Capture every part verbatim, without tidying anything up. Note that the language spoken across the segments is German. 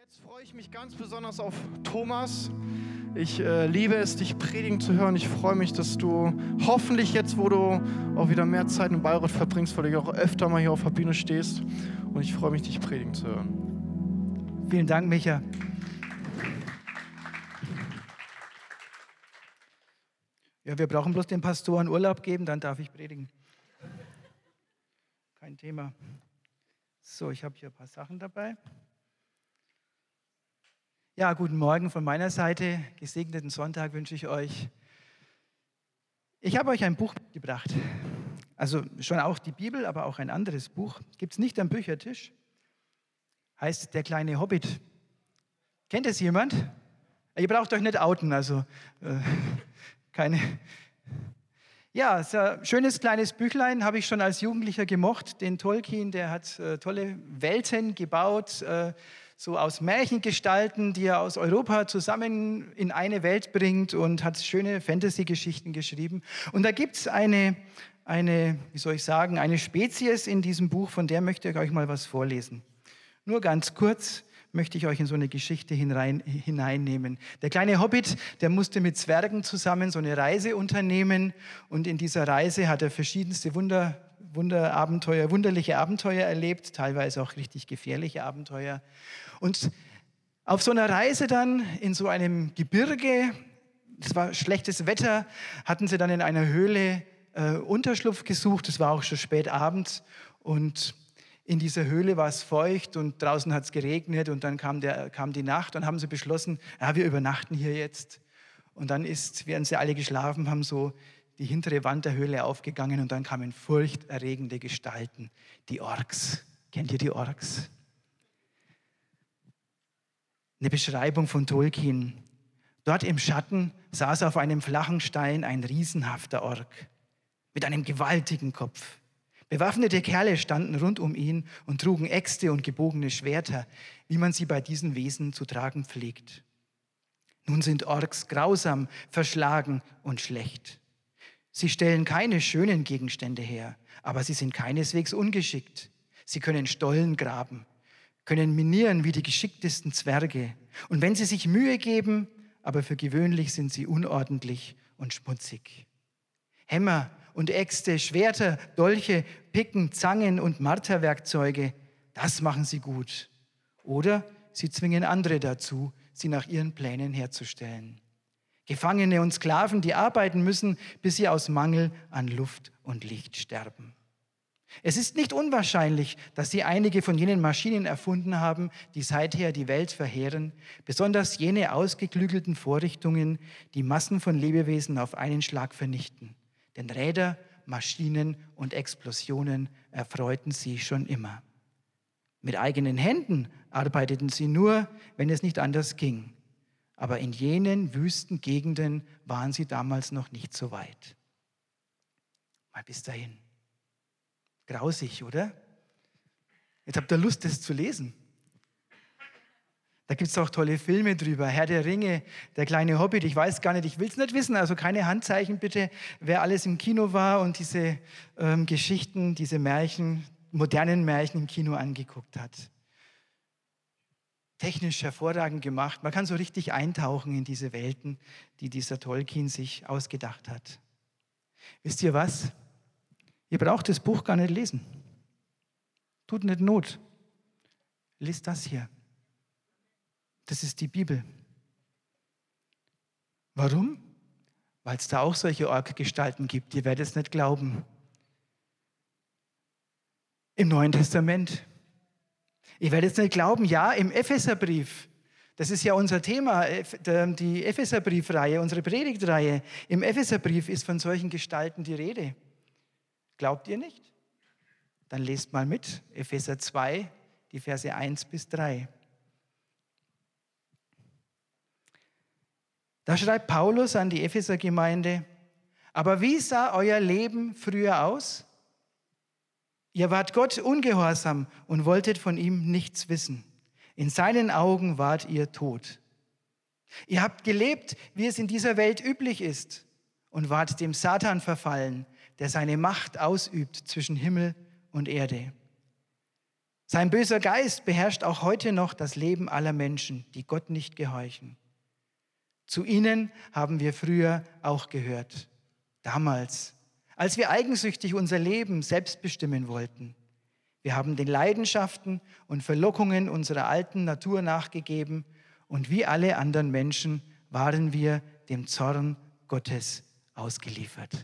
Jetzt freue ich mich ganz besonders auf Thomas. Ich äh, liebe es, dich predigen zu hören. Ich freue mich, dass du hoffentlich jetzt, wo du auch wieder mehr Zeit in Bayreuth verbringst, weil du auch öfter mal hier auf der Bühne stehst. Und ich freue mich, dich predigen zu hören. Vielen Dank, Micha. Ja, wir brauchen bloß dem Pastoren Urlaub geben, dann darf ich predigen. Kein Thema. So, ich habe hier ein paar Sachen dabei. Ja, guten Morgen von meiner Seite. Gesegneten Sonntag wünsche ich euch. Ich habe euch ein Buch mitgebracht. Also schon auch die Bibel, aber auch ein anderes Buch. Gibt es nicht am Büchertisch. Heißt Der kleine Hobbit. Kennt es jemand? Ihr braucht euch nicht outen, also äh, keine... Ja, so ein schönes kleines Büchlein, habe ich schon als Jugendlicher gemocht. Den Tolkien, der hat äh, tolle Welten gebaut, äh, so aus Märchengestalten, die er aus Europa zusammen in eine Welt bringt und hat schöne Fantasy-Geschichten geschrieben. Und da gibt es eine, eine, wie soll ich sagen, eine Spezies in diesem Buch, von der möchte ich euch mal was vorlesen. Nur ganz kurz möchte ich euch in so eine Geschichte hinein, hineinnehmen. Der kleine Hobbit, der musste mit Zwergen zusammen so eine Reise unternehmen und in dieser Reise hat er verschiedenste Wunder, Wunderabenteuer, wunderliche Abenteuer erlebt, teilweise auch richtig gefährliche Abenteuer. Und auf so einer Reise dann in so einem Gebirge, es war schlechtes Wetter, hatten sie dann in einer Höhle äh, Unterschlupf gesucht, es war auch schon spät abends und in dieser Höhle war es feucht und draußen hat es geregnet und dann kam, der, kam die Nacht und haben sie beschlossen, ja, wir übernachten hier jetzt. Und dann ist, während sie alle geschlafen haben, so die hintere Wand der Höhle aufgegangen und dann kamen furchterregende Gestalten, die Orks. Kennt ihr die Orks? Eine Beschreibung von Tolkien. Dort im Schatten saß auf einem flachen Stein ein riesenhafter Ork mit einem gewaltigen Kopf. Bewaffnete Kerle standen rund um ihn und trugen Äxte und gebogene Schwerter, wie man sie bei diesen Wesen zu tragen pflegt. Nun sind Orks grausam, verschlagen und schlecht. Sie stellen keine schönen Gegenstände her, aber sie sind keineswegs ungeschickt. Sie können Stollen graben, können minieren wie die geschicktesten Zwerge. Und wenn sie sich Mühe geben, aber für gewöhnlich sind sie unordentlich und schmutzig. Hämmer und Äxte, Schwerter, Dolche, Picken, Zangen und Marterwerkzeuge, das machen sie gut. Oder sie zwingen andere dazu, sie nach ihren Plänen herzustellen. Gefangene und Sklaven, die arbeiten müssen, bis sie aus Mangel an Luft und Licht sterben. Es ist nicht unwahrscheinlich, dass sie einige von jenen Maschinen erfunden haben, die seither die Welt verheeren, besonders jene ausgeklügelten Vorrichtungen, die Massen von Lebewesen auf einen Schlag vernichten. Denn Räder, Maschinen und Explosionen erfreuten sie schon immer. Mit eigenen Händen arbeiteten sie nur, wenn es nicht anders ging. Aber in jenen wüsten Gegenden waren sie damals noch nicht so weit. Mal bis dahin. Grausig, oder? Jetzt habt ihr Lust, das zu lesen. Da gibt es auch tolle Filme drüber. Herr der Ringe, der kleine Hobbit. Ich weiß gar nicht, ich will es nicht wissen. Also keine Handzeichen bitte, wer alles im Kino war und diese ähm, Geschichten, diese Märchen, modernen Märchen im Kino angeguckt hat. Technisch hervorragend gemacht. Man kann so richtig eintauchen in diese Welten, die dieser Tolkien sich ausgedacht hat. Wisst ihr was? Ihr braucht das Buch gar nicht lesen. Tut nicht Not. Lest das hier. Das ist die Bibel. Warum? Weil es da auch solche Ork-Gestalten gibt. Ihr werdet es nicht glauben. Im Neuen Testament. Ihr werdet es nicht glauben, ja, im Epheserbrief. Das ist ja unser Thema, die Epheserbriefreihe, unsere Predigtreihe. Im Epheserbrief ist von solchen Gestalten die Rede. Glaubt ihr nicht? Dann lest mal mit, Epheser zwei, die Verse eins bis drei. Da schreibt Paulus an die Epheser-Gemeinde, aber wie sah euer Leben früher aus? Ihr wart Gott ungehorsam und wolltet von ihm nichts wissen. In seinen Augen wart ihr tot. Ihr habt gelebt, wie es in dieser Welt üblich ist und wart dem Satan verfallen, der seine Macht ausübt zwischen Himmel und Erde. Sein böser Geist beherrscht auch heute noch das Leben aller Menschen, die Gott nicht gehorchen. Zu ihnen haben wir früher auch gehört, damals, als wir eigensüchtig unser Leben selbst bestimmen wollten. Wir haben den Leidenschaften und Verlockungen unserer alten Natur nachgegeben und wie alle anderen Menschen waren wir dem Zorn Gottes ausgeliefert.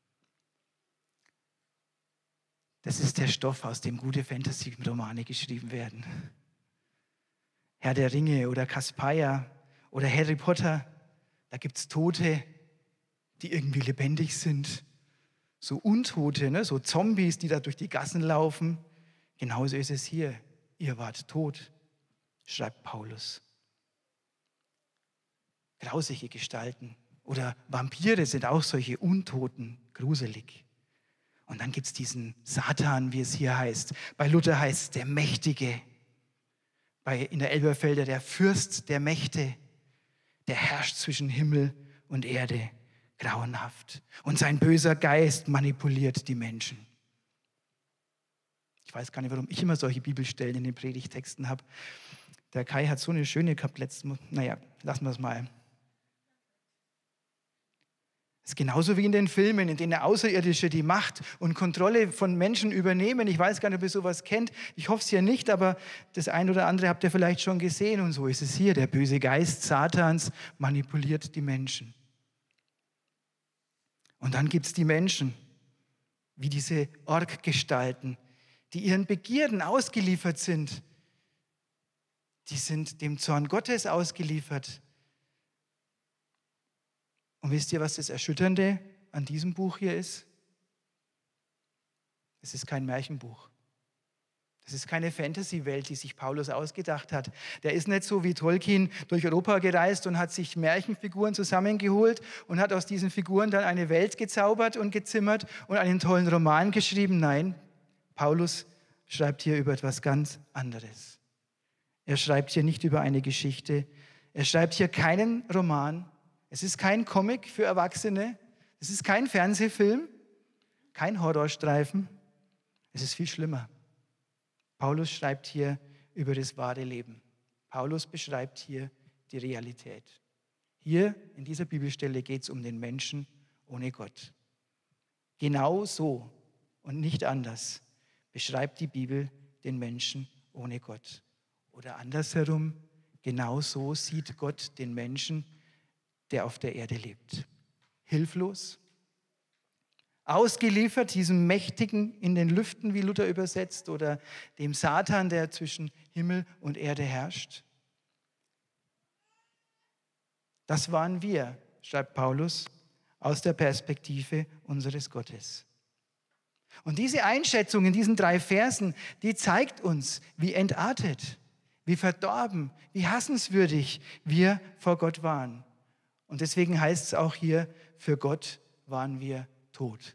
Das ist der Stoff, aus dem gute Fantasy-Romane geschrieben werden. Herr der Ringe oder Caspaia oder Harry Potter, da gibt es Tote, die irgendwie lebendig sind. So Untote, ne? So Zombies, die da durch die Gassen laufen. Genauso ist es hier. Ihr wart tot, schreibt Paulus. Grausige Gestalten oder Vampire sind auch solche Untoten, gruselig. Und dann gibt es diesen Satan, wie es hier heißt. Bei Luther heißt es der Mächtige. Bei, in der Elberfelder der Fürst der Mächte. Der herrscht zwischen Himmel und Erde. Grauenhaft. Und sein böser Geist manipuliert die Menschen. Ich weiß gar nicht, warum ich immer solche Bibelstellen in den Predigtexten habe. Der Kai hat so eine schöne gehabt letztes Mal. Naja, lassen wir es mal. Es ist genauso wie in den Filmen, in denen Außerirdische die Macht und Kontrolle von Menschen übernehmen. Ich weiß gar nicht, ob ihr sowas kennt. Ich hoffe es ja nicht, aber das ein oder andere habt ihr vielleicht schon gesehen. Und so ist es hier. Der böse Geist Satans manipuliert die Menschen. Und dann gibt es die Menschen, wie diese Orkgestalten, die ihren Begierden ausgeliefert sind. Die sind dem Zorn Gottes ausgeliefert. Und wisst ihr, was das Erschütternde an diesem Buch hier ist? Es ist kein Märchenbuch. Das ist keine Fantasy-Welt, die sich Paulus ausgedacht hat. Der ist nicht so wie Tolkien durch Europa gereist und hat sich Märchenfiguren zusammengeholt und hat aus diesen Figuren dann eine Welt gezaubert und gezimmert und einen tollen Roman geschrieben. Nein, Paulus schreibt hier über etwas ganz anderes. Er schreibt hier nicht über eine Geschichte. Er schreibt hier keinen Roman. Es ist kein Comic für Erwachsene. Es ist kein Fernsehfilm, kein Horrorstreifen. Es ist viel schlimmer. Paulus schreibt hier über das wahre Leben. Paulus beschreibt hier die Realität. Hier in dieser Bibelstelle geht es um den Menschen ohne Gott. Genau so und nicht anders beschreibt die Bibel den Menschen ohne Gott. Oder andersherum, genau so sieht Gott den Menschen, der auf der Erde lebt. Hilflos, ausgeliefert diesem Mächtigen in den Lüften, wie Luther übersetzt, oder dem Satan, der zwischen Himmel und Erde herrscht. Das waren wir, schreibt Paulus, aus der Perspektive unseres Gottes. Und diese Einschätzung in diesen drei Versen, die zeigt uns, wie entartet, wie verdorben, wie hassenswürdig wir vor Gott waren. Und deswegen heißt es auch hier, für Gott waren wir tot.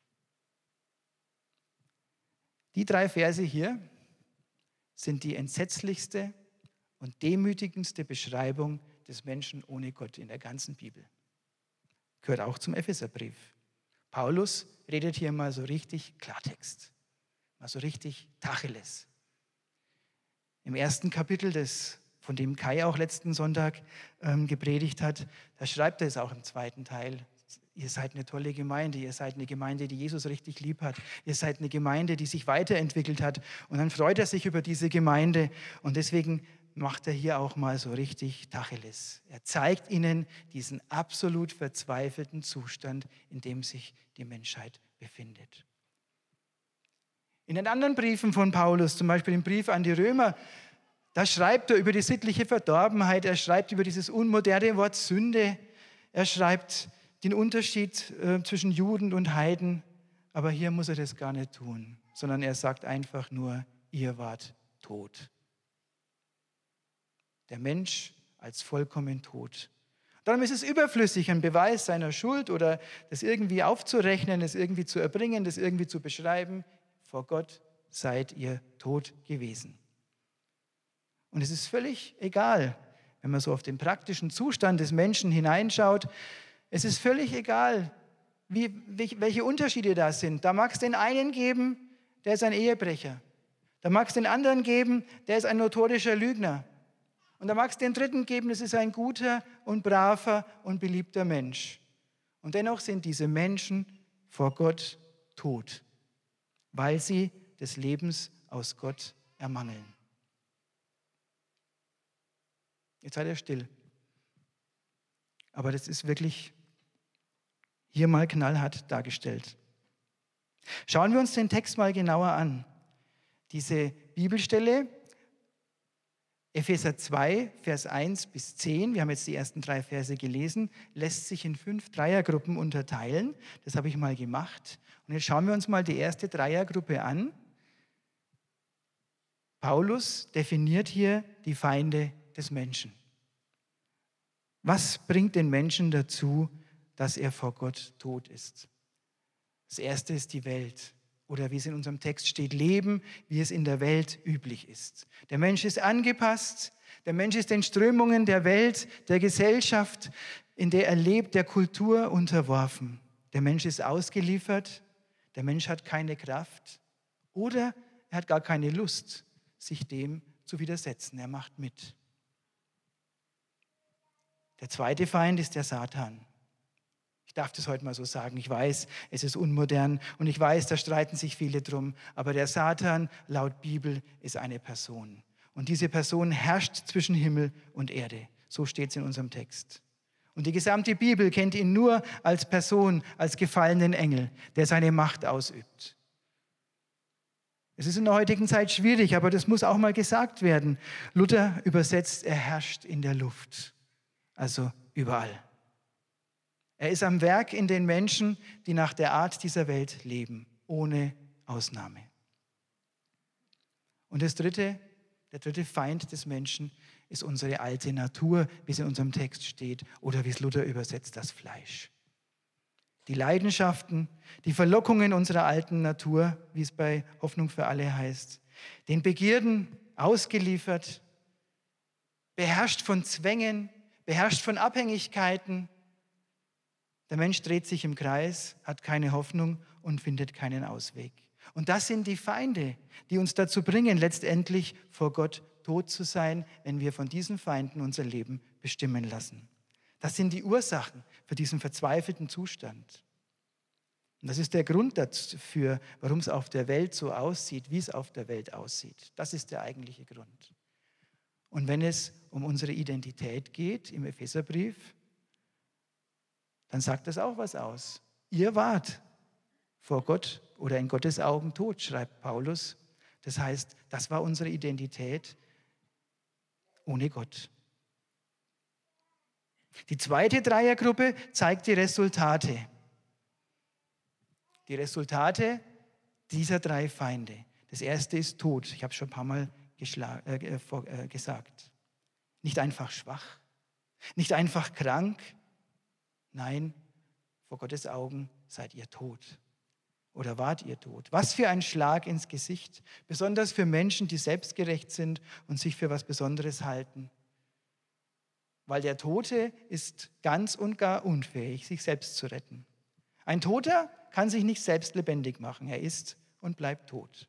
Die drei Verse hier sind die entsetzlichste und demütigendste Beschreibung des Menschen ohne Gott in der ganzen Bibel. Gehört auch zum Epheserbrief. Paulus redet hier mal so richtig Klartext, mal so richtig Tacheles. Im ersten Kapitel, des, von dem Kai auch letzten Sonntag ähm, gepredigt hat, da schreibt er es auch im zweiten Teil. Ihr seid eine tolle Gemeinde, ihr seid eine Gemeinde, die Jesus richtig lieb hat. Ihr seid eine Gemeinde, die sich weiterentwickelt hat. Und dann freut er sich über diese Gemeinde. Und deswegen macht er hier auch mal so richtig Tacheles. Er zeigt ihnen diesen absolut verzweifelten Zustand, in dem sich die Menschheit befindet. In den anderen Briefen von Paulus, zum Beispiel im Brief an die Römer, da schreibt er über die sittliche Verdorbenheit, er schreibt über dieses unmoderne Wort Sünde, er schreibt den Unterschied äh, zwischen Juden und Heiden, aber hier muss er das gar nicht tun, sondern er sagt einfach nur, ihr wart tot. Der Mensch als vollkommen tot. Darum ist es überflüssig, einen Beweis seiner Schuld oder das irgendwie aufzurechnen, das irgendwie zu erbringen, das irgendwie zu beschreiben. Vor Gott seid ihr tot gewesen. Und es ist völlig egal, wenn man so auf den praktischen Zustand des Menschen hineinschaut, es ist völlig egal, wie, welche Unterschiede da sind. Da mag es den einen geben, der ist ein Ehebrecher. Da mag es den anderen geben, der ist ein notorischer Lügner. Und da mag es den dritten geben, das ist ein guter und braver und beliebter Mensch. Und dennoch sind diese Menschen vor Gott tot, weil sie des Lebens aus Gott ermangeln. Jetzt seid ihr still. Aber das ist wirklich hier mal knallhart dargestellt. Schauen wir uns den Text mal genauer an. Diese Bibelstelle, Epheser zwei, Vers eins bis zehn, wir haben jetzt die ersten drei Verse gelesen, lässt sich in fünf Dreiergruppen unterteilen. Das habe ich mal gemacht. Und jetzt schauen wir uns mal die erste Dreiergruppe an. Paulus definiert hier die Feinde des Menschen. Was bringt den Menschen dazu, dass er vor Gott tot ist? Das erste ist die Welt. Oder wie es in unserem Text steht, Leben, wie es in der Welt üblich ist. Der Mensch ist angepasst, der Mensch ist den Strömungen der Welt, der Gesellschaft, in der er lebt, der Kultur unterworfen. Der Mensch ist ausgeliefert, der Mensch hat keine Kraft oder er hat gar keine Lust, sich dem zu widersetzen. Er macht mit. Der zweite Feind ist der Satan. Ich darf das heute mal so sagen. Ich weiß, es ist unmodern und ich weiß, da streiten sich viele drum. Aber der Satan, laut Bibel, ist eine Person. Und diese Person herrscht zwischen Himmel und Erde. So steht es in unserem Text. Und die gesamte Bibel kennt ihn nur als Person, als gefallenen Engel, der seine Macht ausübt. Es ist in der heutigen Zeit schwierig, aber das muss auch mal gesagt werden. Luther übersetzt, er herrscht in der Luft, also überall. Er ist am Werk in den Menschen, die nach der Art dieser Welt leben, ohne Ausnahme. Und das dritte, der dritte Feind des Menschen ist unsere alte Natur, wie es in unserem Text steht, oder wie es Luther übersetzt, das Fleisch. Die Leidenschaften, die Verlockungen unserer alten Natur, wie es bei Hoffnung für alle heißt, den Begierden ausgeliefert, beherrscht von Zwängen, beherrscht von Abhängigkeiten. Der Mensch dreht sich im Kreis, hat keine Hoffnung und findet keinen Ausweg. Und das sind die Feinde, die uns dazu bringen, letztendlich vor Gott tot zu sein, wenn wir von diesen Feinden unser Leben bestimmen lassen. Das sind die Ursachen für diesen verzweifelten Zustand. Und das ist der Grund dafür, warum es auf der Welt so aussieht, wie es auf der Welt aussieht. Das ist der eigentliche Grund. Und wenn es um unsere Identität geht im Epheserbrief, dann sagt das auch was aus. Ihr wart vor Gott oder in Gottes Augen tot, schreibt Paulus. Das heißt, das war unsere Identität ohne Gott. Die zweite Dreiergruppe zeigt die Resultate. Die Resultate dieser drei Feinde. Das erste ist Tod. Ich habe es schon ein paar Mal geschla- äh, vor, äh, gesagt. Nicht einfach schwach, nicht einfach krank. Nein, vor Gottes Augen seid ihr tot. Oder wart ihr tot? Was für ein Schlag ins Gesicht. Besonders für Menschen, die selbstgerecht sind und sich für was Besonderes halten. Weil der Tote ist ganz und gar unfähig, sich selbst zu retten. Ein Toter kann sich nicht selbst lebendig machen. Er ist und bleibt tot.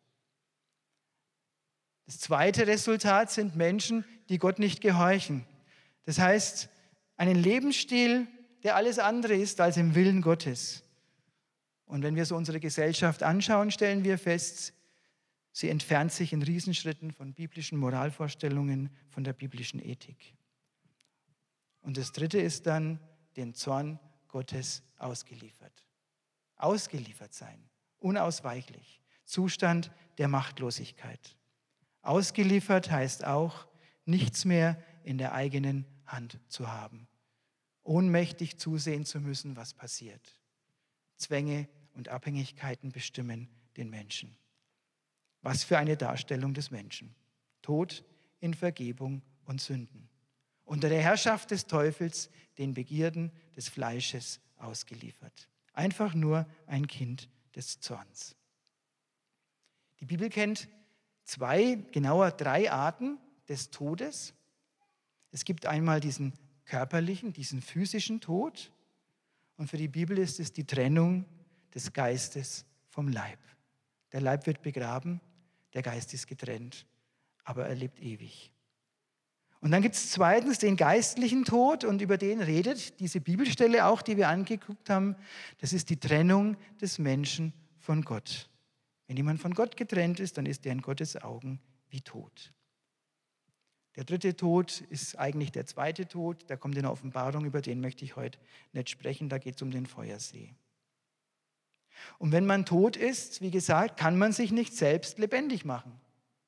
Das zweite Resultat sind Menschen, die Gott nicht gehorchen. Das heißt, einen Lebensstil, der alles andere ist als im Willen Gottes. Und wenn wir so unsere Gesellschaft anschauen, stellen wir fest, sie entfernt sich in Riesenschritten von biblischen Moralvorstellungen, von der biblischen Ethik. Und das dritte ist dann, den Zorn Gottes ausgeliefert. Ausgeliefert sein, unausweichlich. Zustand der Machtlosigkeit. Ausgeliefert heißt auch, nichts mehr in der eigenen Hand zu haben. Ohnmächtig zusehen zu müssen, was passiert. Zwänge und Abhängigkeiten bestimmen den Menschen. Was für eine Darstellung des Menschen. Tod in Vergebung und Sünden. Unter der Herrschaft des Teufels, den Begierden des Fleisches ausgeliefert. Einfach nur ein Kind des Zorns. Die Bibel kennt zwei, genauer drei Arten des Todes. Es gibt einmal diesen körperlichen, diesen physischen Tod. Und für die Bibel ist es die Trennung des Geistes vom Leib. Der Leib wird begraben, der Geist ist getrennt, aber er lebt ewig. Und dann gibt es zweitens den geistlichen Tod und über den redet diese Bibelstelle auch, die wir angeguckt haben. Das ist die Trennung des Menschen von Gott. Wenn jemand von Gott getrennt ist, dann ist er in Gottes Augen wie tot. Der dritte Tod ist eigentlich der zweite Tod, der kommt in der Offenbarung, über den möchte ich heute nicht sprechen, da geht es um den Feuersee. Und wenn man tot ist, wie gesagt, kann man sich nicht selbst lebendig machen.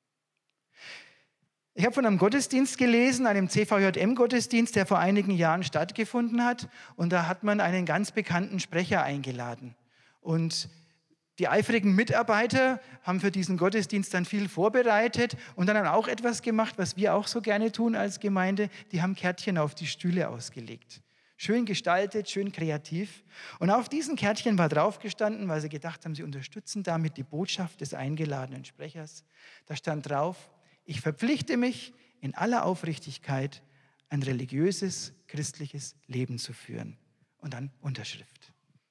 Ich habe von einem Gottesdienst gelesen, einem C V J M-Gottesdienst, der vor einigen Jahren stattgefunden hat. Und da hat man einen ganz bekannten Sprecher eingeladen. Und die eifrigen Mitarbeiter haben für diesen Gottesdienst dann viel vorbereitet und dann haben auch etwas gemacht, was wir auch so gerne tun als Gemeinde. Die haben Kärtchen auf die Stühle ausgelegt. Schön gestaltet, schön kreativ. Und auf diesen Kärtchen war draufgestanden, weil sie gedacht haben, sie unterstützen damit die Botschaft des eingeladenen Sprechers. Da stand drauf: Ich verpflichte mich in aller Aufrichtigkeit, ein religiöses, christliches Leben zu führen. Und dann Unterschrift.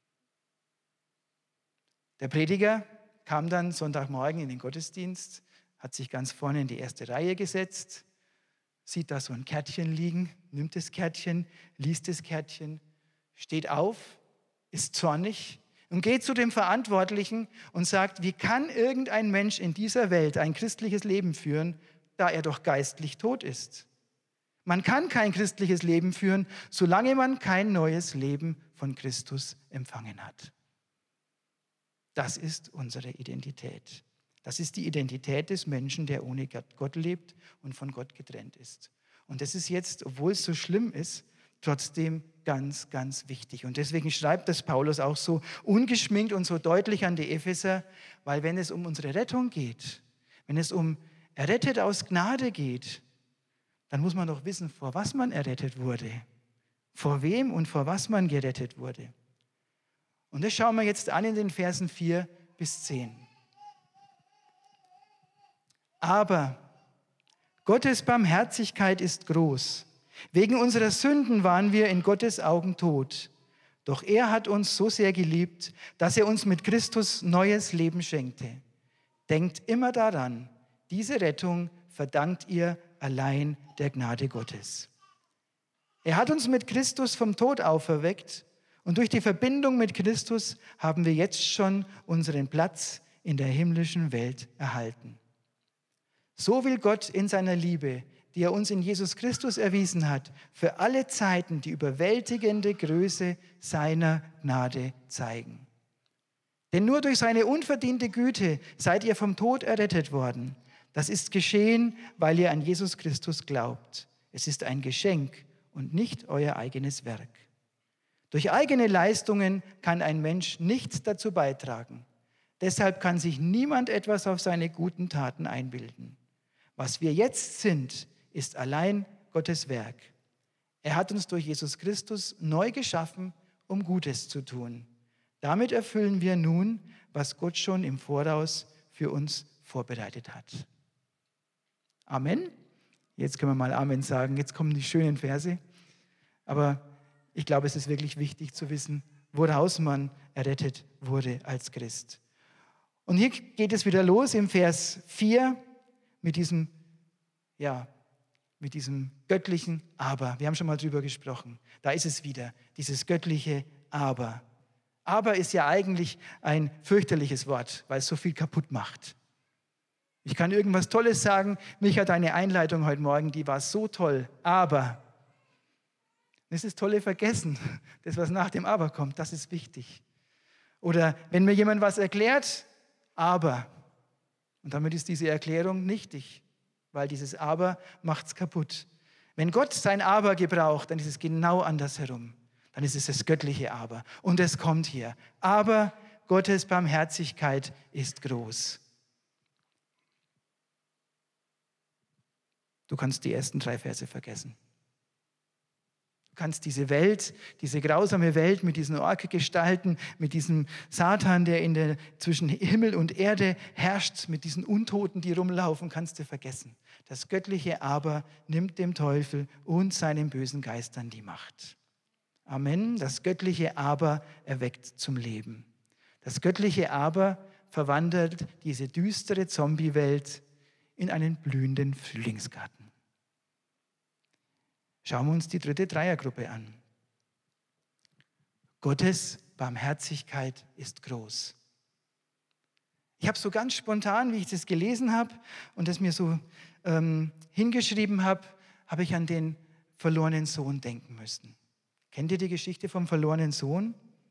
Der Prediger kam dann Sonntagmorgen in den Gottesdienst, hat sich ganz vorne in die erste Reihe gesetzt, sieht da so ein Kärtchen liegen, nimmt das Kärtchen, liest das Kärtchen, steht auf, ist zornig und geht zu dem Verantwortlichen und sagt: Wie kann irgendein Mensch in dieser Welt ein christliches Leben führen, da er doch geistlich tot ist? Man kann kein christliches Leben führen, solange man kein neues Leben von Christus empfangen hat. Das ist unsere Identität. Das ist die Identität des Menschen, der ohne Gott lebt und von Gott getrennt ist. Und das ist jetzt, obwohl es so schlimm ist, trotzdem ganz, ganz wichtig. Und deswegen schreibt das Paulus auch so ungeschminkt und so deutlich an die Epheser, weil wenn es um unsere Rettung geht, wenn es um errettet aus Gnade geht, dann muss man doch wissen, vor was man errettet wurde, vor wem und vor was man gerettet wurde. Und das schauen wir jetzt an in den Versen vier bis zehn. Aber Gottes Barmherzigkeit ist groß. Wegen unserer Sünden waren wir in Gottes Augen tot. Doch er hat uns so sehr geliebt, dass er uns mit Christus neues Leben schenkte. Denkt immer daran, diese Rettung verdankt ihr allein der Gnade Gottes. Er hat uns mit Christus vom Tod auferweckt und durch die Verbindung mit Christus haben wir jetzt schon unseren Platz in der himmlischen Welt erhalten. So will Gott in seiner Liebe, die er uns in Jesus Christus erwiesen hat, für alle Zeiten die überwältigende Größe seiner Gnade zeigen. Denn nur durch seine unverdiente Güte seid ihr vom Tod errettet worden. Das ist geschehen, weil ihr an Jesus Christus glaubt. Es ist ein Geschenk und nicht euer eigenes Werk. Durch eigene Leistungen kann ein Mensch nichts dazu beitragen. Deshalb kann sich niemand etwas auf seine guten Taten einbilden. Was wir jetzt sind, ist allein Gottes Werk. Er hat uns durch Jesus Christus neu geschaffen, um Gutes zu tun. Damit erfüllen wir nun, was Gott schon im Voraus für uns vorbereitet hat. Amen. Jetzt können wir mal Amen sagen. Jetzt kommen die schönen Verse. Aber ich glaube, es ist wirklich wichtig zu wissen, woraus man errettet wurde als Christ. Und hier geht es wieder los im Vers vier mit diesem, ja, mit diesem göttlichen Aber. Wir haben schon mal drüber gesprochen. Da ist es wieder, dieses göttliche Aber. Aber ist ja eigentlich ein fürchterliches Wort, weil es so viel kaputt macht. Ich kann irgendwas Tolles sagen. Micha, deine Einleitung heute Morgen, die war so toll. Aber das ist tolle Vergessen. Das, was nach dem Aber kommt, das ist wichtig. Oder wenn mir jemand was erklärt, aber. Und damit ist diese Erklärung nichtig, weil dieses Aber macht es kaputt. Wenn Gott sein Aber gebraucht, dann ist es genau andersherum. Dann ist es das göttliche Aber. Und es kommt hier. Aber Gottes Barmherzigkeit ist groß. Du kannst die ersten drei Verse vergessen. Du kannst diese Welt, diese grausame Welt mit diesen Orkgestalten, mit diesem Satan, der in der, zwischen Himmel und Erde herrscht, mit diesen Untoten, die rumlaufen, kannst du vergessen. Das göttliche Aber nimmt dem Teufel und seinen bösen Geistern die Macht. Amen. Das göttliche Aber erweckt zum Leben. Das göttliche Aber verwandelt diese düstere Zombie-Welt in einen blühenden Frühlingsgarten. Schauen wir uns die dritte Dreiergruppe an. Gottes Barmherzigkeit ist groß. Ich habe so ganz spontan, wie ich das gelesen habe und das mir so ähm, hingeschrieben habe, habe ich an den verlorenen Sohn denken müssen. Kennt ihr die Geschichte vom verlorenen Sohn?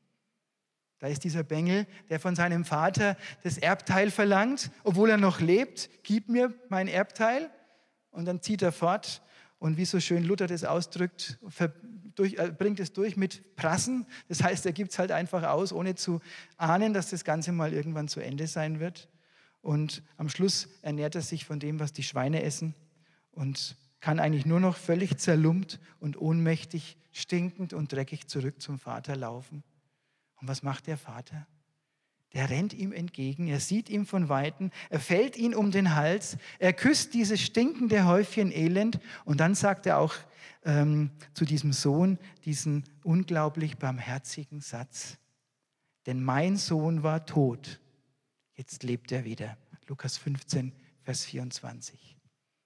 Da ist dieser Bengel, der von seinem Vater das Erbteil verlangt, obwohl er noch lebt. Gib mir mein Erbteil. Und dann zieht er fort. Und wie so schön Luther das ausdrückt, durch, äh, bringt es durch mit Prassen. Das heißt, er gibt es halt einfach aus, ohne zu ahnen, dass das Ganze mal irgendwann zu Ende sein wird. Und am Schluss ernährt er sich von dem, was die Schweine essen und kann eigentlich nur noch völlig zerlumpt und ohnmächtig, stinkend und dreckig zurück zum Vater laufen. Und was macht der Vater? Der rennt ihm entgegen, er sieht ihn von Weitem, er fällt ihn um den Hals, er küsst dieses stinkende Häufchen Elend und dann sagt er auch ähm, zu diesem Sohn diesen unglaublich barmherzigen Satz. Denn mein Sohn war tot, jetzt lebt er wieder. Lukas fünfzehn, Vers vierundzwanzig.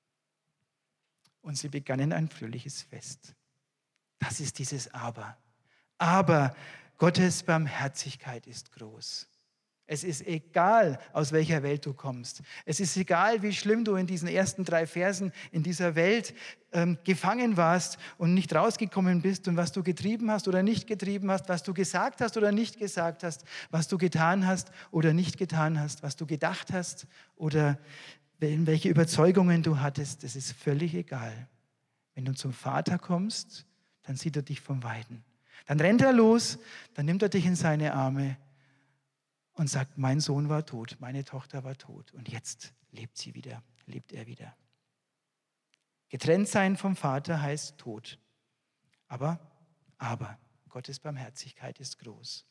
Und sie begannen ein fröhliches Fest. Das ist dieses Aber. Aber Gottes Barmherzigkeit ist groß. Es ist egal, aus welcher Welt du kommst. Es ist egal, wie schlimm du in diesen ersten drei Versen in dieser Welt ähm, gefangen warst und nicht rausgekommen bist und was du getrieben hast oder nicht getrieben hast, was du gesagt hast oder nicht gesagt hast, was du getan hast oder nicht getan hast, was du gedacht hast oder welche Überzeugungen du hattest. Das ist völlig egal. Wenn du zum Vater kommst, dann sieht er dich vom Weiten. Dann rennt er los, dann nimmt er dich in seine Arme und sagt, mein Sohn war tot, meine Tochter war tot und jetzt lebt sie wieder, lebt er wieder. Getrennt sein vom Vater heißt Tod. Aber, aber, Gottes Barmherzigkeit ist groß.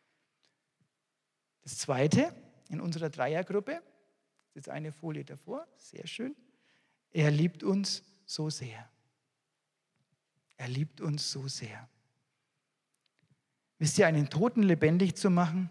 Das Zweite in unserer Dreiergruppe, das ist eine Folie davor, sehr schön, er liebt uns so sehr. Er liebt uns so sehr. Wisst ihr, einen Toten lebendig zu machen?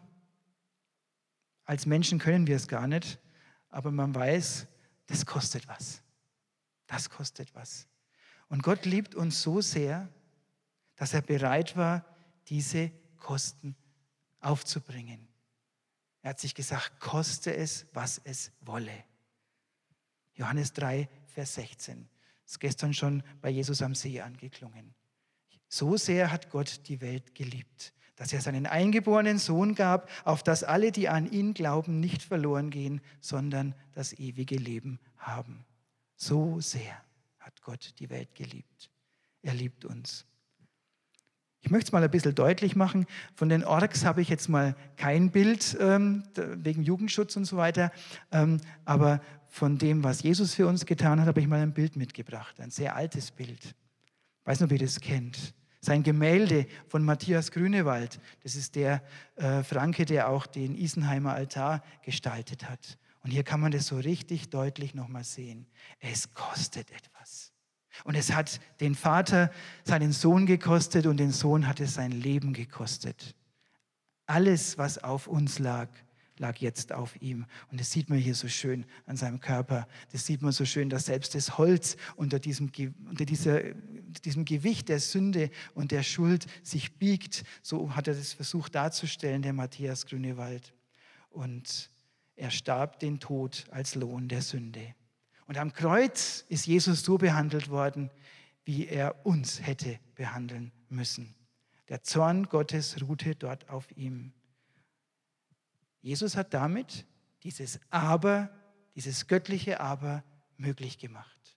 Als Menschen können wir es gar nicht, aber man weiß, das kostet was. Das kostet was. Und Gott liebt uns so sehr, dass er bereit war, diese Kosten aufzubringen. Er hat sich gesagt, koste es, was es wolle. Johannes drei, Vers sechzehn. Das ist gestern schon bei Jesus am See angeklungen. So sehr hat Gott die Welt geliebt, dass er seinen eingeborenen Sohn gab, auf dass alle, die an ihn glauben, nicht verloren gehen, sondern das ewige Leben haben. So sehr hat Gott die Welt geliebt. Er liebt uns. Ich möchte es mal ein bisschen deutlich machen. Von den Orks habe ich jetzt mal kein Bild, ähm, wegen Jugendschutz und so weiter. Ähm, aber von dem, was Jesus für uns getan hat, habe ich mal ein Bild mitgebracht. Ein sehr altes Bild. Ich weiß nicht, ob ihr das kennt. Sein Gemälde von Matthias Grünewald, das ist der äh, Franke, der auch den Isenheimer Altar gestaltet hat. Und hier kann man das so richtig deutlich nochmal sehen. Es kostet etwas. Und es hat den Vater seinen Sohn gekostet und den Sohn hat es sein Leben gekostet. Alles, was auf uns lag, lag jetzt auf ihm. Und das sieht man hier so schön an seinem Körper. Das sieht man so schön, dass selbst das Holz unter diesem, unter dieser, diesem Gewicht der Sünde und der Schuld sich biegt. So hat er das versucht darzustellen, der Matthias Grünewald. Und er starb den Tod als Lohn der Sünde. Und am Kreuz ist Jesus so behandelt worden, wie er uns hätte behandeln müssen. Der Zorn Gottes ruhte dort auf ihm. Jesus hat damit dieses Aber, dieses göttliche Aber möglich gemacht.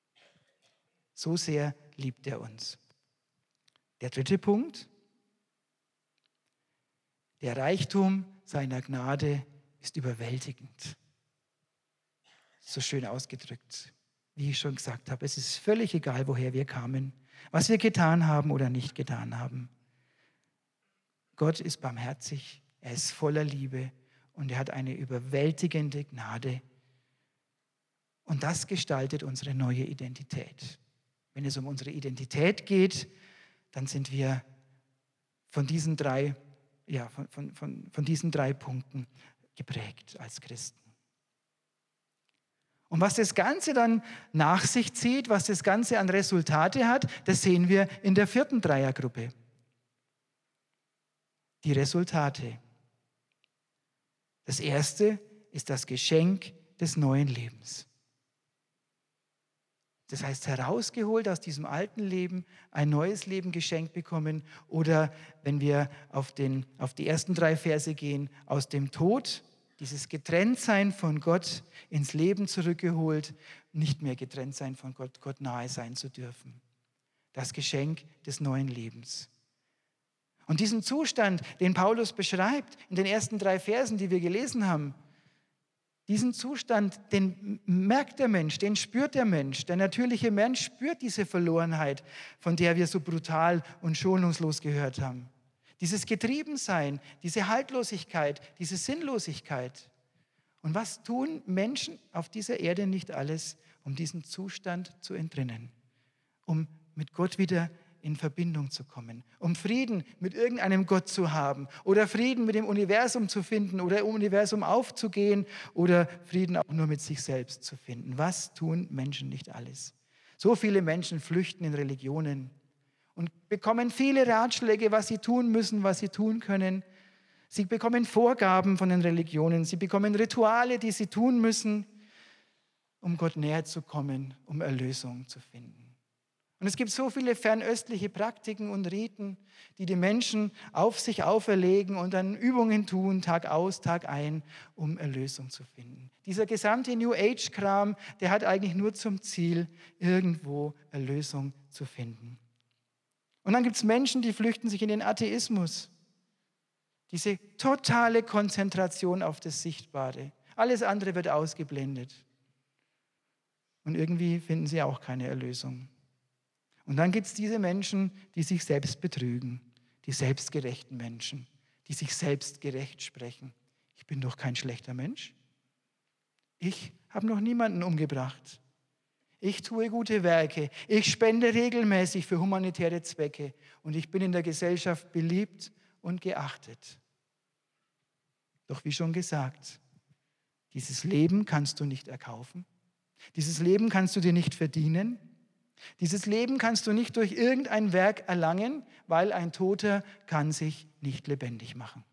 So sehr liebt er uns. Der dritte Punkt. Der Reichtum seiner Gnade ist überwältigend. So schön ausgedrückt, wie ich schon gesagt habe. Es ist völlig egal, woher wir kamen, was wir getan haben oder nicht getan haben. Gott ist barmherzig, er ist voller Liebe und er hat eine überwältigende Gnade. Und das gestaltet unsere neue Identität. Wenn es um unsere Identität geht, dann sind wir von diesen drei, ja, von, von, von, von diesen drei Punkten geprägt als Christen. Und was das Ganze dann nach sich zieht, was das Ganze an Resultate hat, das sehen wir in der vierten Dreiergruppe. Die Resultate. Das erste ist das Geschenk des neuen Lebens. Das heißt, herausgeholt aus diesem alten Leben, ein neues Leben geschenkt bekommen oder, wenn wir auf, den, auf die ersten drei Verse gehen, aus dem Tod, dieses Getrenntsein von Gott ins Leben zurückgeholt, nicht mehr getrennt sein von Gott, Gott nahe sein zu dürfen. Das Geschenk des neuen Lebens. Und diesen Zustand, den Paulus beschreibt in den ersten drei Versen, die wir gelesen haben, diesen Zustand, den merkt der Mensch, den spürt der Mensch. Der natürliche Mensch spürt diese Verlorenheit, von der wir so brutal und schonungslos gehört haben. Dieses Getriebensein, diese Haltlosigkeit, diese Sinnlosigkeit. Und was tun Menschen auf dieser Erde nicht alles, um diesen Zustand zu entrinnen, um mit Gott wieder in Verbindung zu kommen, um Frieden mit irgendeinem Gott zu haben oder Frieden mit dem Universum zu finden oder im Universum aufzugehen oder Frieden auch nur mit sich selbst zu finden. Was tun Menschen nicht alles? So viele Menschen flüchten in Religionen und bekommen viele Ratschläge, was sie tun müssen, was sie tun können. Sie bekommen Vorgaben von den Religionen, sie bekommen Rituale, die sie tun müssen, um Gott näher zu kommen, um Erlösung zu finden. Und es gibt so viele fernöstliche Praktiken und Riten, die die Menschen auf sich auferlegen und dann Übungen tun, Tag aus, Tag ein, um Erlösung zu finden. Dieser gesamte New Age-Kram, der hat eigentlich nur zum Ziel, irgendwo Erlösung zu finden. Und dann gibt es Menschen, die flüchten sich in den Atheismus. Diese totale Konzentration auf das Sichtbare. Alles andere wird ausgeblendet. Und irgendwie finden sie auch keine Erlösung. Und dann gibt es diese Menschen, die sich selbst betrügen, die selbstgerechten Menschen, die sich selbst gerecht sprechen. Ich bin doch kein schlechter Mensch. Ich habe noch niemanden umgebracht. Ich tue gute Werke. Ich spende regelmäßig für humanitäre Zwecke. Und ich bin in der Gesellschaft beliebt und geachtet. Doch wie schon gesagt, dieses Leben kannst du nicht erkaufen. Dieses Leben kannst du dir nicht verdienen. Dieses Leben kannst du nicht durch irgendein Werk erlangen, weil ein Toter kann sich nicht lebendig machen.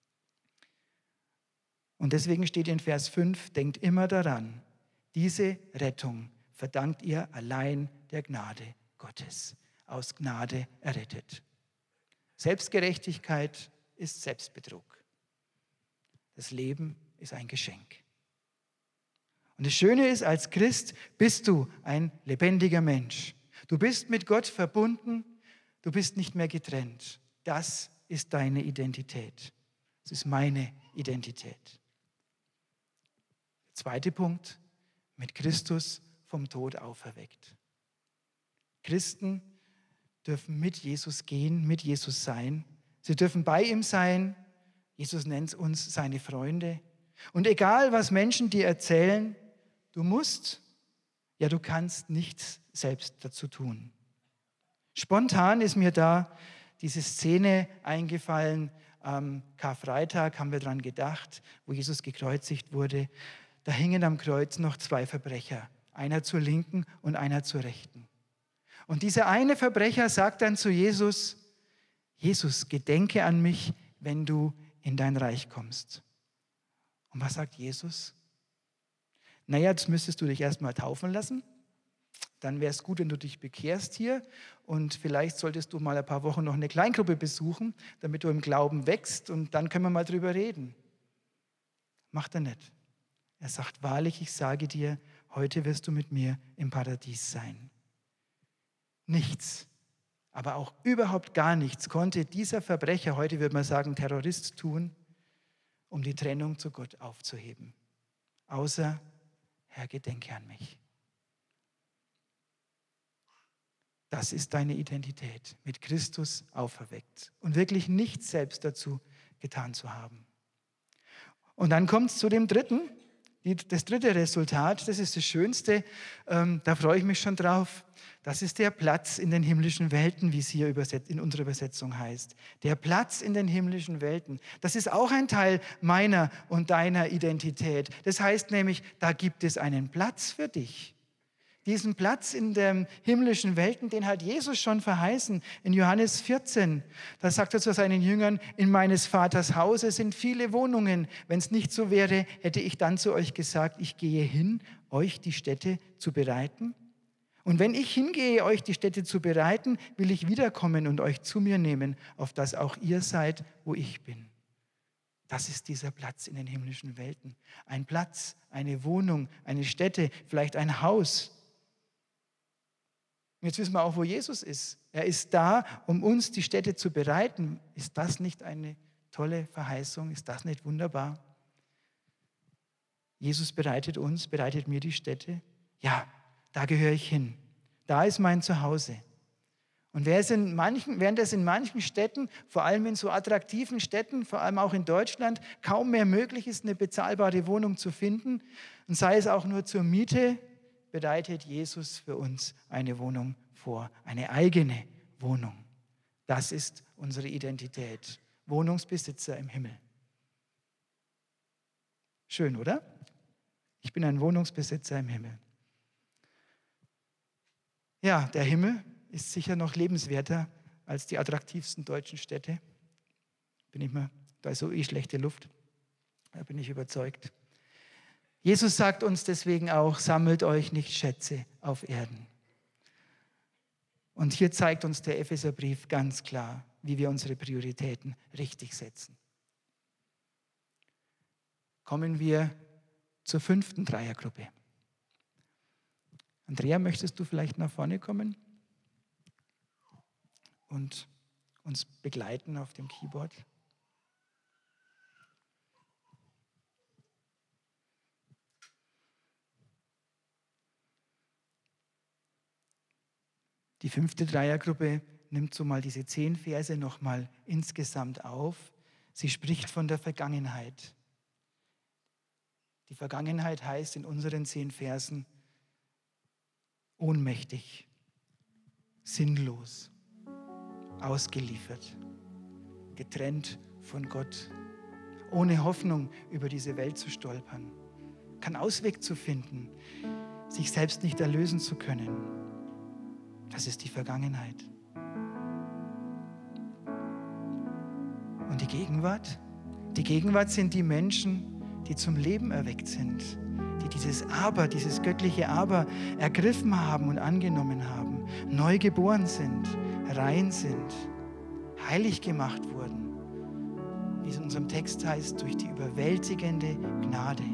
Und deswegen steht in Vers fünf, denkt immer daran, diese Rettung verdankt ihr allein der Gnade Gottes, aus Gnade errettet. Selbstgerechtigkeit ist Selbstbetrug. Das Leben ist ein Geschenk. Und das Schöne ist, als Christ bist du ein lebendiger Mensch. Du bist mit Gott verbunden, du bist nicht mehr getrennt. Das ist deine Identität. Das ist meine Identität. Zweiter Punkt, mit Christus vom Tod auferweckt. Christen dürfen mit Jesus gehen, mit Jesus sein. Sie dürfen bei ihm sein. Jesus nennt uns seine Freunde. Und egal, was Menschen dir erzählen, du musst, ja du kannst nichts selbst dazu tun. Spontan ist mir da diese Szene eingefallen, am Karfreitag haben wir daran gedacht, wo Jesus gekreuzigt wurde. Da hingen am Kreuz noch zwei Verbrecher, einer zur Linken und einer zur Rechten. Und dieser eine Verbrecher sagt dann zu Jesus, Jesus, gedenke an mich, wenn du in dein Reich kommst. Und was sagt Jesus? Naja, jetzt müsstest du dich erstmal taufen lassen. Dann wäre es gut, wenn du dich bekehrst hier. Und vielleicht solltest du mal ein paar Wochen noch eine Kleingruppe besuchen, damit du im Glauben wächst. Und dann können wir mal drüber reden. Macht er nicht. Er sagt, wahrlich, ich sage dir, heute wirst du mit mir im Paradies sein. Nichts, aber auch überhaupt gar nichts konnte dieser Verbrecher, heute würde man sagen Terrorist, tun, um die Trennung zu Gott aufzuheben. Außer, Herr, gedenke an mich. Das ist deine Identität, mit Christus auferweckt und wirklich nichts selbst dazu getan zu haben. Und dann kommt es zu dem dritten, Die, das dritte Resultat, das ist das Schönste, ähm, da freue ich mich schon drauf. Das ist der Platz in den himmlischen Welten, wie es hier übersetzt, in unserer Übersetzung heißt. Der Platz in den himmlischen Welten. Das ist auch ein Teil meiner und deiner Identität. Das heißt nämlich, da gibt es einen Platz für dich. Diesen Platz in den himmlischen Welten, den hat Jesus schon verheißen in Johannes vierzehn. Da sagt er zu seinen Jüngern, in meines Vaters Hause sind viele Wohnungen. Wenn es nicht so wäre, hätte ich dann zu euch gesagt, ich gehe hin, euch die Stätte zu bereiten. Und wenn ich hingehe, euch die Stätte zu bereiten, will ich wiederkommen und euch zu mir nehmen, auf dass auch ihr seid, wo ich bin. Das ist dieser Platz in den himmlischen Welten. Ein Platz, eine Wohnung, eine Stätte, vielleicht ein Haus. Und jetzt wissen wir auch, wo Jesus ist. Er ist da, um uns die Stätte zu bereiten. Ist das nicht eine tolle Verheißung? Ist das nicht wunderbar? Jesus bereitet uns, bereitet mir die Stätte. Ja, da gehöre ich hin. Da ist mein Zuhause. Und während es in manchen, während es in manchen Städten, vor allem in so attraktiven Städten, vor allem auch in Deutschland, kaum mehr möglich ist, eine bezahlbare Wohnung zu finden, und sei es auch nur zur Miete, bereitet Jesus für uns eine Wohnung vor, eine eigene Wohnung. Das ist unsere Identität. Wohnungsbesitzer im Himmel. Schön, oder? Ich bin ein Wohnungsbesitzer im Himmel. Ja, der Himmel ist sicher noch lebenswerter als die attraktivsten deutschen Städte. Bin ich mal, da ist so eh schlechte Luft. Da bin ich überzeugt. Jesus sagt uns deswegen auch, sammelt euch nicht Schätze auf Erden. Und hier zeigt uns der Epheserbrief ganz klar, wie wir unsere Prioritäten richtig setzen. Kommen wir zur fünften Dreiergruppe. Andrea, möchtest du vielleicht nach vorne kommen und uns begleiten auf dem Keyboard? Die fünfte Dreiergruppe nimmt so mal diese zehn Verse nochmal insgesamt auf. Sie spricht von der Vergangenheit. Die Vergangenheit heißt in unseren zehn Versen ohnmächtig, sinnlos, ausgeliefert, getrennt von Gott, ohne Hoffnung über diese Welt zu stolpern, keinen Ausweg zu finden, sich selbst nicht erlösen zu können. Das ist die Vergangenheit. Und die Gegenwart? Die Gegenwart sind die Menschen, die zum Leben erweckt sind, die dieses Aber, dieses göttliche Aber ergriffen haben und angenommen haben, neu geboren sind, rein sind, heilig gemacht wurden, wie es in unserem Text heißt, durch die überwältigende Gnade.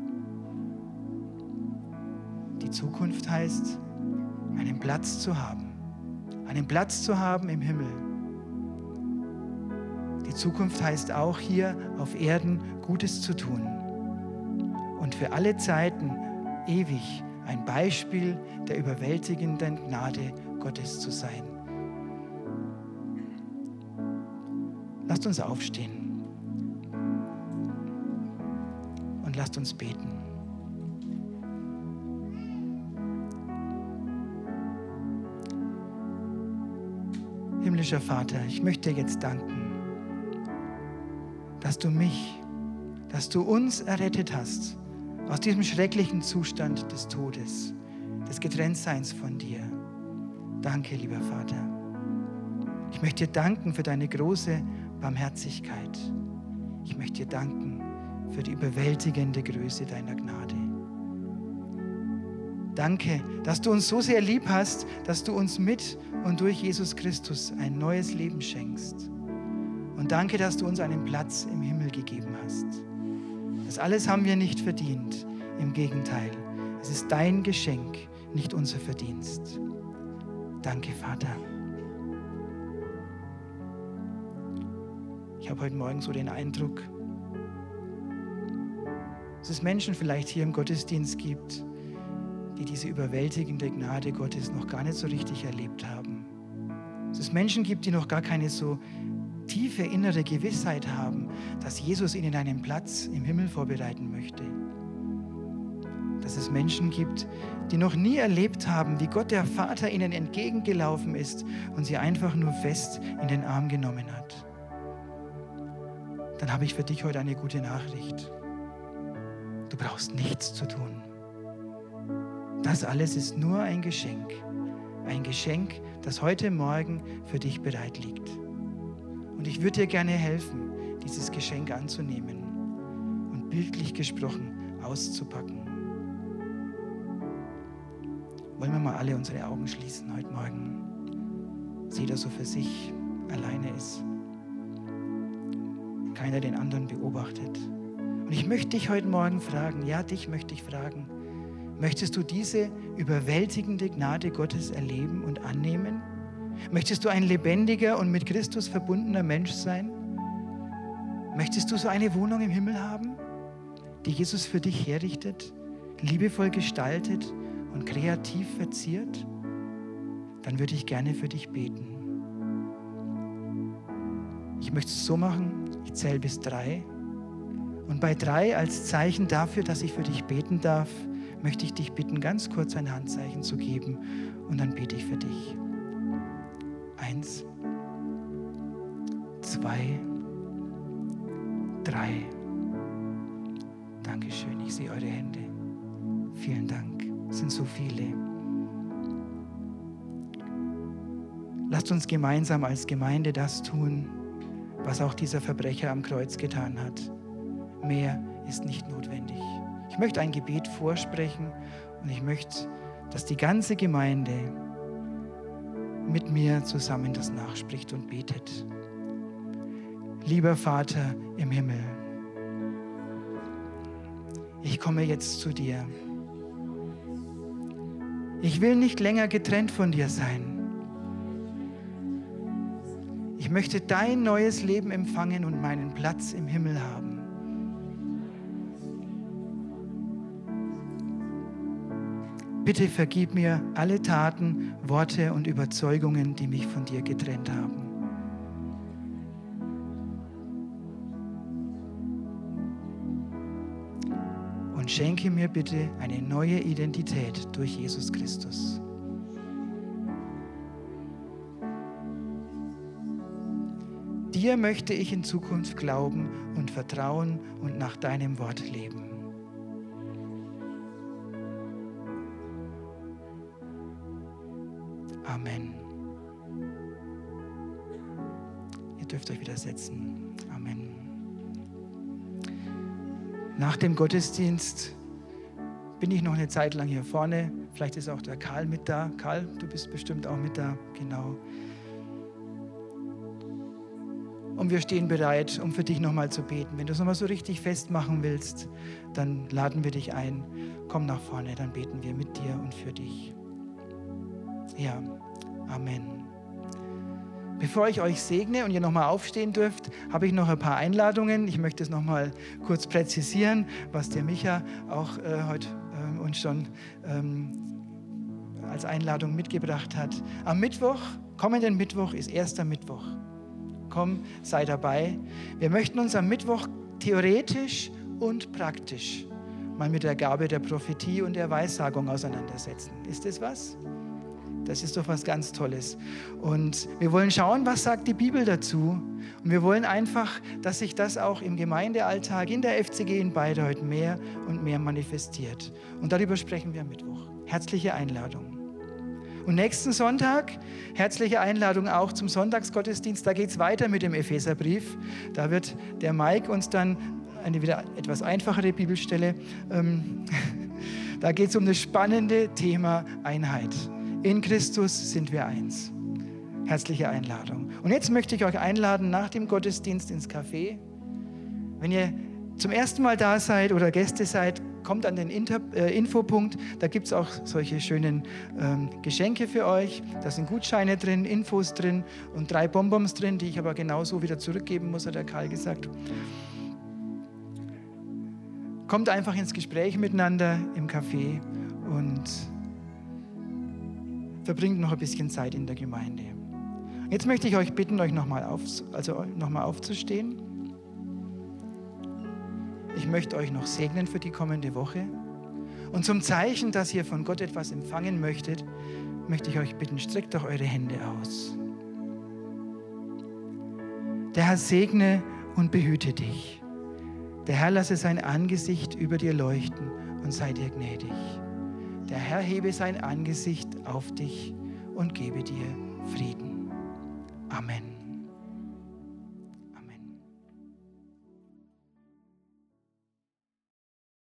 Die Zukunft heißt, einen Platz zu haben, einen Platz zu haben im Himmel. Die Zukunft heißt auch, hier auf Erden Gutes zu tun und für alle Zeiten ewig ein Beispiel der überwältigenden Gnade Gottes zu sein. Lasst uns aufstehen und lasst uns beten. Himmlischer Vater, ich möchte dir jetzt danken, dass du mich, dass du uns errettet hast aus diesem schrecklichen Zustand des Todes, des Getrenntseins von dir. Danke, lieber Vater. Ich möchte dir danken für deine große Barmherzigkeit. Ich möchte dir danken für die überwältigende Größe deiner Gnade. Danke, dass du uns so sehr lieb hast, dass du uns mit und durch Jesus Christus ein neues Leben schenkst. Und danke, dass du uns einen Platz im Himmel gegeben hast. Das alles haben wir nicht verdient. Im Gegenteil, es ist dein Geschenk, nicht unser Verdienst. Danke, Vater. Ich habe heute Morgen so den Eindruck, dass es Menschen vielleicht hier im Gottesdienst gibt, die diese überwältigende Gnade Gottes noch gar nicht so richtig erlebt haben. Dass es Menschen gibt, die noch gar keine so tiefe innere Gewissheit haben, dass Jesus ihnen einen Platz im Himmel vorbereiten möchte. dass es Menschen gibt, die noch nie erlebt haben, wie Gott der Vater ihnen entgegengelaufen ist und sie einfach nur fest in den Arm genommen hat. Dann habe ich für dich heute eine gute Nachricht. Du brauchst nichts zu tun. Das alles ist nur ein Geschenk. Ein Geschenk, das heute Morgen für dich bereit liegt. Und ich würde dir gerne helfen, dieses Geschenk anzunehmen und bildlich gesprochen auszupacken. Wollen wir mal alle unsere Augen schließen heute Morgen? Dass jeder so für sich alleine ist. Keiner den anderen beobachtet. Und ich möchte dich heute Morgen fragen, ja, dich möchte ich fragen, möchtest du diese überwältigende Gnade Gottes erleben und annehmen? Möchtest du ein lebendiger und mit Christus verbundener Mensch sein? Möchtest du so eine Wohnung im Himmel haben, die Jesus für dich herrichtet, liebevoll gestaltet und kreativ verziert? Dann würde ich gerne für dich beten. Ich möchte es so machen, ich zähle bis drei. Und bei drei als Zeichen dafür, dass ich für dich beten darf, möchte ich dich bitten, ganz kurz ein Handzeichen zu geben und dann bete ich für dich. Eins, zwei, drei. Dankeschön, ich sehe eure Hände. Vielen Dank, es sind so viele. Lasst uns gemeinsam als Gemeinde das tun, was auch dieser Verbrecher am Kreuz getan hat. Mehr ist nicht notwendig. Ich möchte ein Gebet vorsprechen und ich möchte, dass die ganze Gemeinde mit mir zusammen das nachspricht und betet. Lieber Vater im Himmel, ich komme jetzt zu dir. Ich will nicht länger getrennt von dir sein. Ich möchte dein neues Leben empfangen und meinen Platz im Himmel haben. Bitte vergib mir alle Taten, Worte und Überzeugungen, die mich von dir getrennt haben. Und schenke mir bitte eine neue Identität durch Jesus Christus. Dir möchte ich in Zukunft glauben und vertrauen und nach deinem Wort leben. Amen. Ihr dürft euch wieder setzen. Amen. Nach dem Gottesdienst bin ich noch eine Zeit lang hier vorne. Vielleicht ist auch der Karl mit da. Karl, du bist bestimmt auch mit da. Genau. Und wir stehen bereit, um für dich nochmal zu beten. Wenn du es nochmal so richtig festmachen willst, dann laden wir dich ein. Komm nach vorne, dann beten wir mit dir und für dich. Ja, Amen. Bevor ich euch segne und ihr nochmal aufstehen dürft, habe ich noch ein paar Einladungen. Ich möchte es nochmal kurz präzisieren, was der Micha auch äh, heute äh, uns schon ähm, als Einladung mitgebracht hat. Am Mittwoch, kommenden Mittwoch, ist erster Mittwoch. Komm, sei dabei. Wir möchten uns am Mittwoch theoretisch und praktisch mal mit der Gabe der Prophetie und der Weissagung auseinandersetzen. Ist das was? Das ist doch was ganz Tolles. Und wir wollen schauen, was sagt die Bibel dazu. Und wir wollen einfach, dass sich das auch im Gemeindealltag, in der F C G in Bayreuth mehr und mehr manifestiert. Und darüber sprechen wir am Mittwoch. Herzliche Einladung. Und nächsten Sonntag, herzliche Einladung auch zum Sonntagsgottesdienst. Da geht es weiter mit dem Epheserbrief. Da wird der Mike uns dann eine wieder etwas einfachere Bibelstelle. Ähm, da geht es um das spannende Thema Einheit. In Christus sind wir eins. Herzliche Einladung. Und jetzt möchte ich euch einladen nach dem Gottesdienst ins Café. Wenn ihr zum ersten Mal da seid oder Gäste seid, kommt an den Inter, äh, Infopunkt. Da gibt es auch solche schönen ähm, Geschenke für euch. Da sind Gutscheine drin, Infos drin und drei Bonbons drin, die ich aber genauso wieder zurückgeben muss, hat der Karl gesagt. Kommt einfach ins Gespräch miteinander im Café und verbringt noch ein bisschen Zeit in der Gemeinde. Jetzt möchte ich euch bitten, euch nochmal auf, also noch mal aufzustehen. Ich möchte euch noch segnen für die kommende Woche. Und zum Zeichen, dass ihr von Gott etwas empfangen möchtet, möchte ich euch bitten, streckt doch eure Hände aus. Der Herr segne und behüte dich. Der Herr lasse sein Angesicht über dir leuchten und sei dir gnädig. Der Herr hebe sein Angesicht auf dich und gebe dir Frieden. Amen.